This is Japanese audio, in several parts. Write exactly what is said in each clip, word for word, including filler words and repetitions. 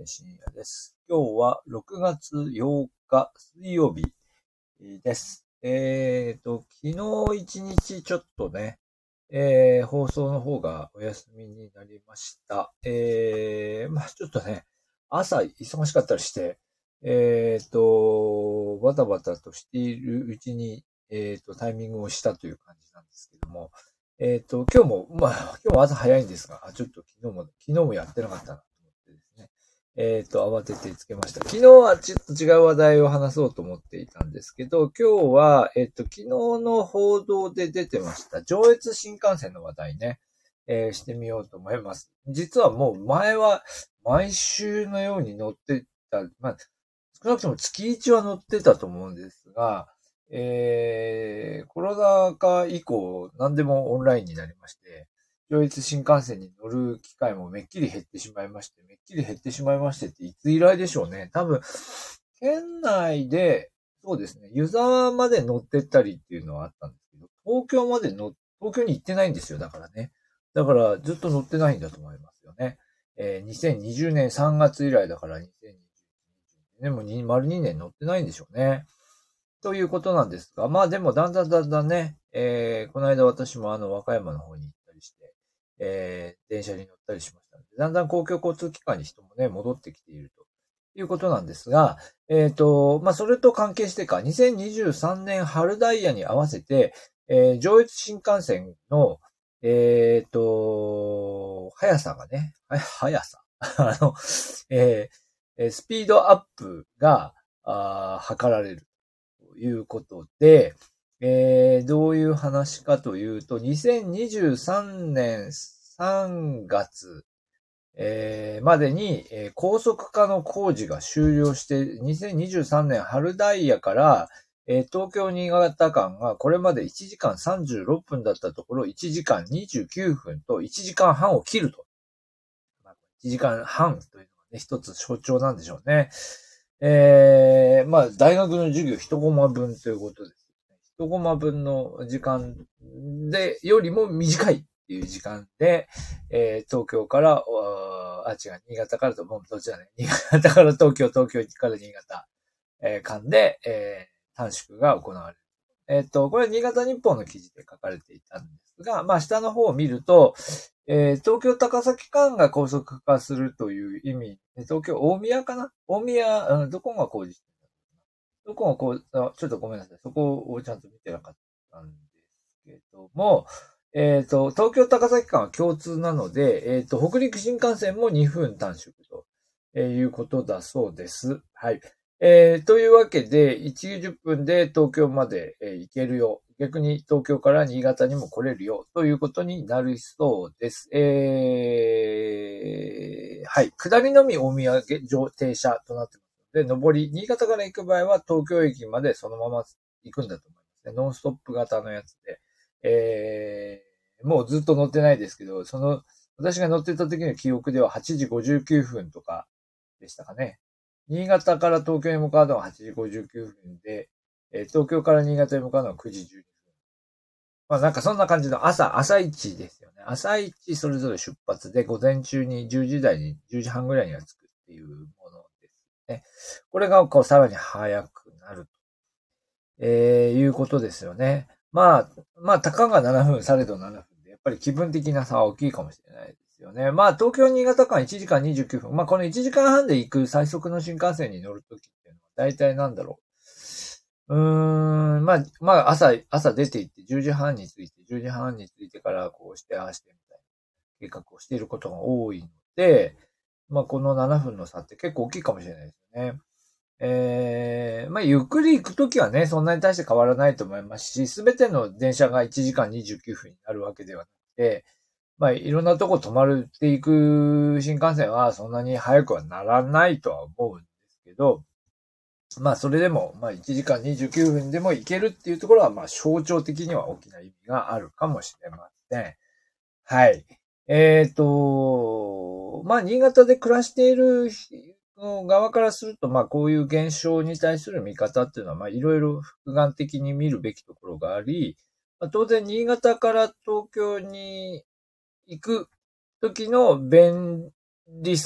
えー、深夜です。今日はろくがつようか水曜日です。えーと、昨日一日ちょっとね、えー、放送の方がお休みになりました。えー、まあちょっとね、朝忙しかったりして、えーと、バタバタとしているうちに、えーと、タイミングをしたという感じなんですけども、えっと、今日も、まあ、今日も朝早いんですが、あ、ちょっと昨日も、昨日もやってなかったなと思ってですね。えっと、慌ててつけました。昨日はちょっと違う話題を話そうと思っていたんですけど、今日は、えっと、昨日の報道で出てました、上越新幹線の話題ね、えー、してみようと思います。実はもう前は、毎週のように乗ってた、まあ、少なくとも月いちは乗ってたと思うんですが、えー、コロナ禍以降何でもオンラインになりまして、上越新幹線に乗る機会もめっきり減ってしまいまして、めっきり減ってしまいましてっていつ以来でしょうね。多分、県内で、そうですね、湯沢まで乗ってったりっていうのはあったんですけど、東京まで乗、東京に行ってないんですよ、だからね。だからずっと乗ってないんだと思いますよね。えー、にせんにじゅうねんさんがつ以来だからにせんにじゅうねん、でもに、丸にねん乗ってないんでしょうね。ということなんですが、まあでもだんだんだんだんね、えー、この間私もあの和歌山の方に行ったりして、えー、電車に乗ったりしましたので、だんだん公共交通機関に人もね、戻ってきているということなんですが、えっと、まあそれと関係してか、にせんにじゅうさんねん春ダイヤに合わせて、えー、上越新幹線の、えっと、速さがね、は速さあの、えー、スピードアップが、あ測られる。ということで、えー、どういう話かというと、にせんにじゅうさんねんさんがつ、えーまでに、えー高速化の工事が終了して、にせんにじゅうさんねん春ダイヤから、えー東京新潟間がこれまでいちじかんさんじゅうろっぷんだったところ、いちじかんにじゅうきゅうふんといちじかんはんを切ると。いちじかんはんというのがね、一つ象徴なんでしょうね。えー、まあ、大学の授業一コマ分ということですね。一コマ分の時間で、よりも短いっていう時間で、えー、東京から、あ、違う、新潟からと、もうどっちだね。新潟から東京、東京から新潟、えー、間で、えー、短縮が行われる。えっと、これは新潟日報の記事で書かれていたんですが、まあ、下の方を見ると、えー、東京高崎間が高速化するという意味、東京大宮かな大宮、うん、どこが工事してるどこがこう、あ、ちょっとごめんなさい。そこをちゃんと見てなかったんですけども、えっと、東京高崎間は共通なので、えっと、北陸新幹線もにふん短縮ということだそうです。はい。えー、というわけで、いちじゅっぷんで東京まで、えー行けるよ。逆に東京から新潟にも来れるよ。ということになりそうです。えー、はい。下りのみ大宮上停車となってますので、上り、新潟から行く場合は東京駅までそのまま行くんだと思いますね。ノンストップ型のやつで。えー、もうずっと乗ってないですけど、その、私が乗ってた時の記憶でははちじごじゅうきゅうふんとかでしたかね。新潟から東京に向かうのははちじごじゅうきゅうふんで、えー東京から新潟に向かうのはくじじゅうにふん。まあなんかそんな感じの朝、朝一ですよね。朝一それぞれ出発で、午前中にじゅうじ台に、じゅうじはんぐらいには着くっていうものですね。これがこうさらに早くなると、えーいうことですよね。まあ、まあ、たかがななふん、されどななふんで、やっぱり気分的な差は大きいかもしれないですよね。まあ、東京新潟間いちじかんにじゅうきゅうふん。まあ、このいちじかんはんで行く最速の新幹線に乗るときっていうのは、大体なんだろう。うーん、まあ、まあ、朝、朝出て行ってじゅうじはんに着いて、じゅうじはんに着いてからこうして、ああしてみたいな計画をしていることが多いので、まあ、このななふんの差って結構大きいかもしれないですよね。えー、まあ、ゆっくり行くときはね、そんなに大して変わらないと思いますし、すべての電車がいちじかんにじゅうきゅうふんになるわけではなくて、まあ、いろんなとこ止まっていく新幹線はそんなに早くはならないとは思うんですけど、まあ、それでも、まあ、いちじかんにじゅうきゅうふんでも行けるっていうところは、まあ、象徴的には大きな意味があるかもしれません。はい。えっと、まあ、新潟で暮らしている側からすると、まあ、こういう現象に対する見方っていうのは、まあ、いろいろ複眼的に見るべきところがあり、まあ、当然、新潟から東京に行く時の便利さ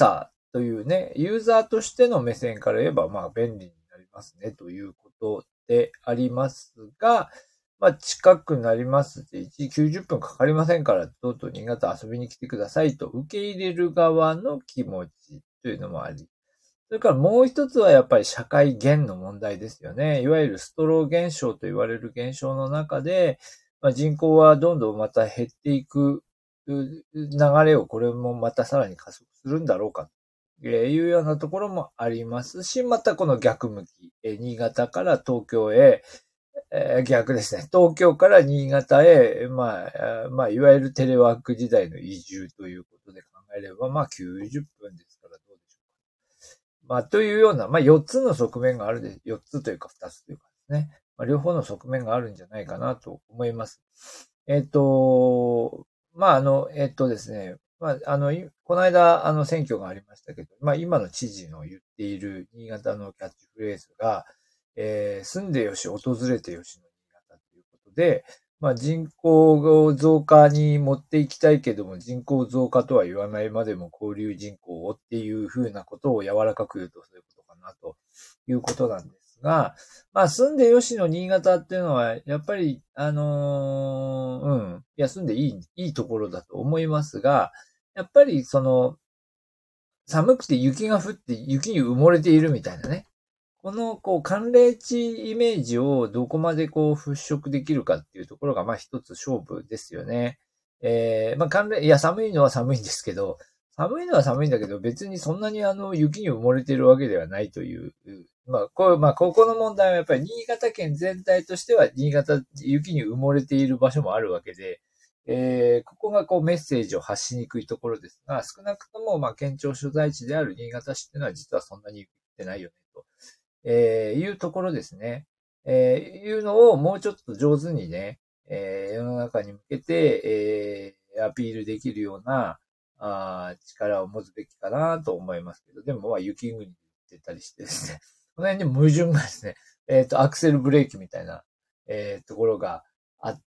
というね、ユーザーとしての目線から言えば、まあ便利になりますねということでありますが、まあ近くなりますっていちじきゅうじゅっぷんかかりませんから、どうぞ新潟遊びに来てくださいと受け入れる側の気持ちというのもあり、それからもう一つはやっぱり社会減の問題ですよね。いわゆるストロー現象と言われる現象の中で、まあ、人口はどんどんまた減っていく流れをこれもまたさらに加速するんだろうかというようなところもありますし、またこの逆向き、新潟から東京へ、えー、逆ですね。東京から新潟へ、まあ、まあ、いわゆるテレワーク時代の移住ということで考えれば、まあきゅうじゅっぷんですからどうでしょうか。まあ、というような、まあ、よっつの側面があるで、よっつというかふたつというかですね。まあ、両方の側面があるんじゃないかなと思います。えっと、まあ、あの、えっとですね。まあ、あの、この間、あの、選挙がありましたけど、まあ、今の知事の言っている新潟のキャッチフレーズが、えー、住んでよし、訪れてよしの新潟ということで、まあ、人口増加に持っていきたいけども、人口増加とは言わないまでも交流人口をっていうふうなことを柔らかく言うとそういうことかなということなんですが、まあ、住んでよしの新潟っていうのは、やっぱり、あのー、うん、いや、住んでいい、いいところだと思いますが、やっぱりその、寒くて雪が降って雪に埋もれているみたいなね。この、こう、寒冷地イメージをどこまでこう、払拭できるかっていうところが、まあ一つ勝負ですよね。えー、まあ寒冷、いや、寒いのは寒いんですけど、寒いのは寒いんだけど、別にそんなにあの、雪に埋もれているわけではないという、まあ、こう、まあ、ここの問題はやっぱり新潟県全体としては、新潟、雪に埋もれている場所もあるわけで、えー、ここがこうメッセージを発しにくいところですが、少なくとも、まあ、県庁所在地である新潟市っていうのは実はそんなに雪ってないよね、と。えー、いうところですね。えー、いうのをもうちょっと上手にね、えー、世の中に向けて、えー、アピールできるような、あ力を持つべきかなと思いますけど、でもまあ雪国に行ってたりしてですね、この辺に矛盾がですね、えっ、と、アクセルブレーキみたいな、えー、ところがあって、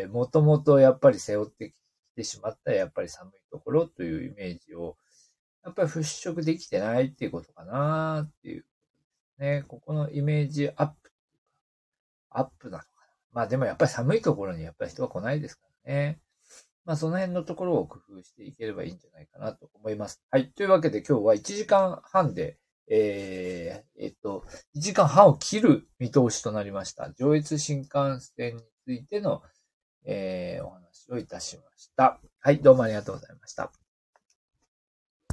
もともとやっぱり背負ってきてしまったやっぱり寒いところというイメージを、やっぱり払拭できてないっていうことかなっていう。ね、ここのイメージアップ、アップなのかな。まあでもやっぱり寒いところにやっぱり人は来ないですからね。まあその辺のところを工夫していければいいんじゃないかなと思います。はい。というわけで今日はいちじかんはんで、えー、えっと、いちじかんはんを切る見通しとなりました。上越新幹線についての、えー、お話をいたしました。はい。どうもありがとうございました。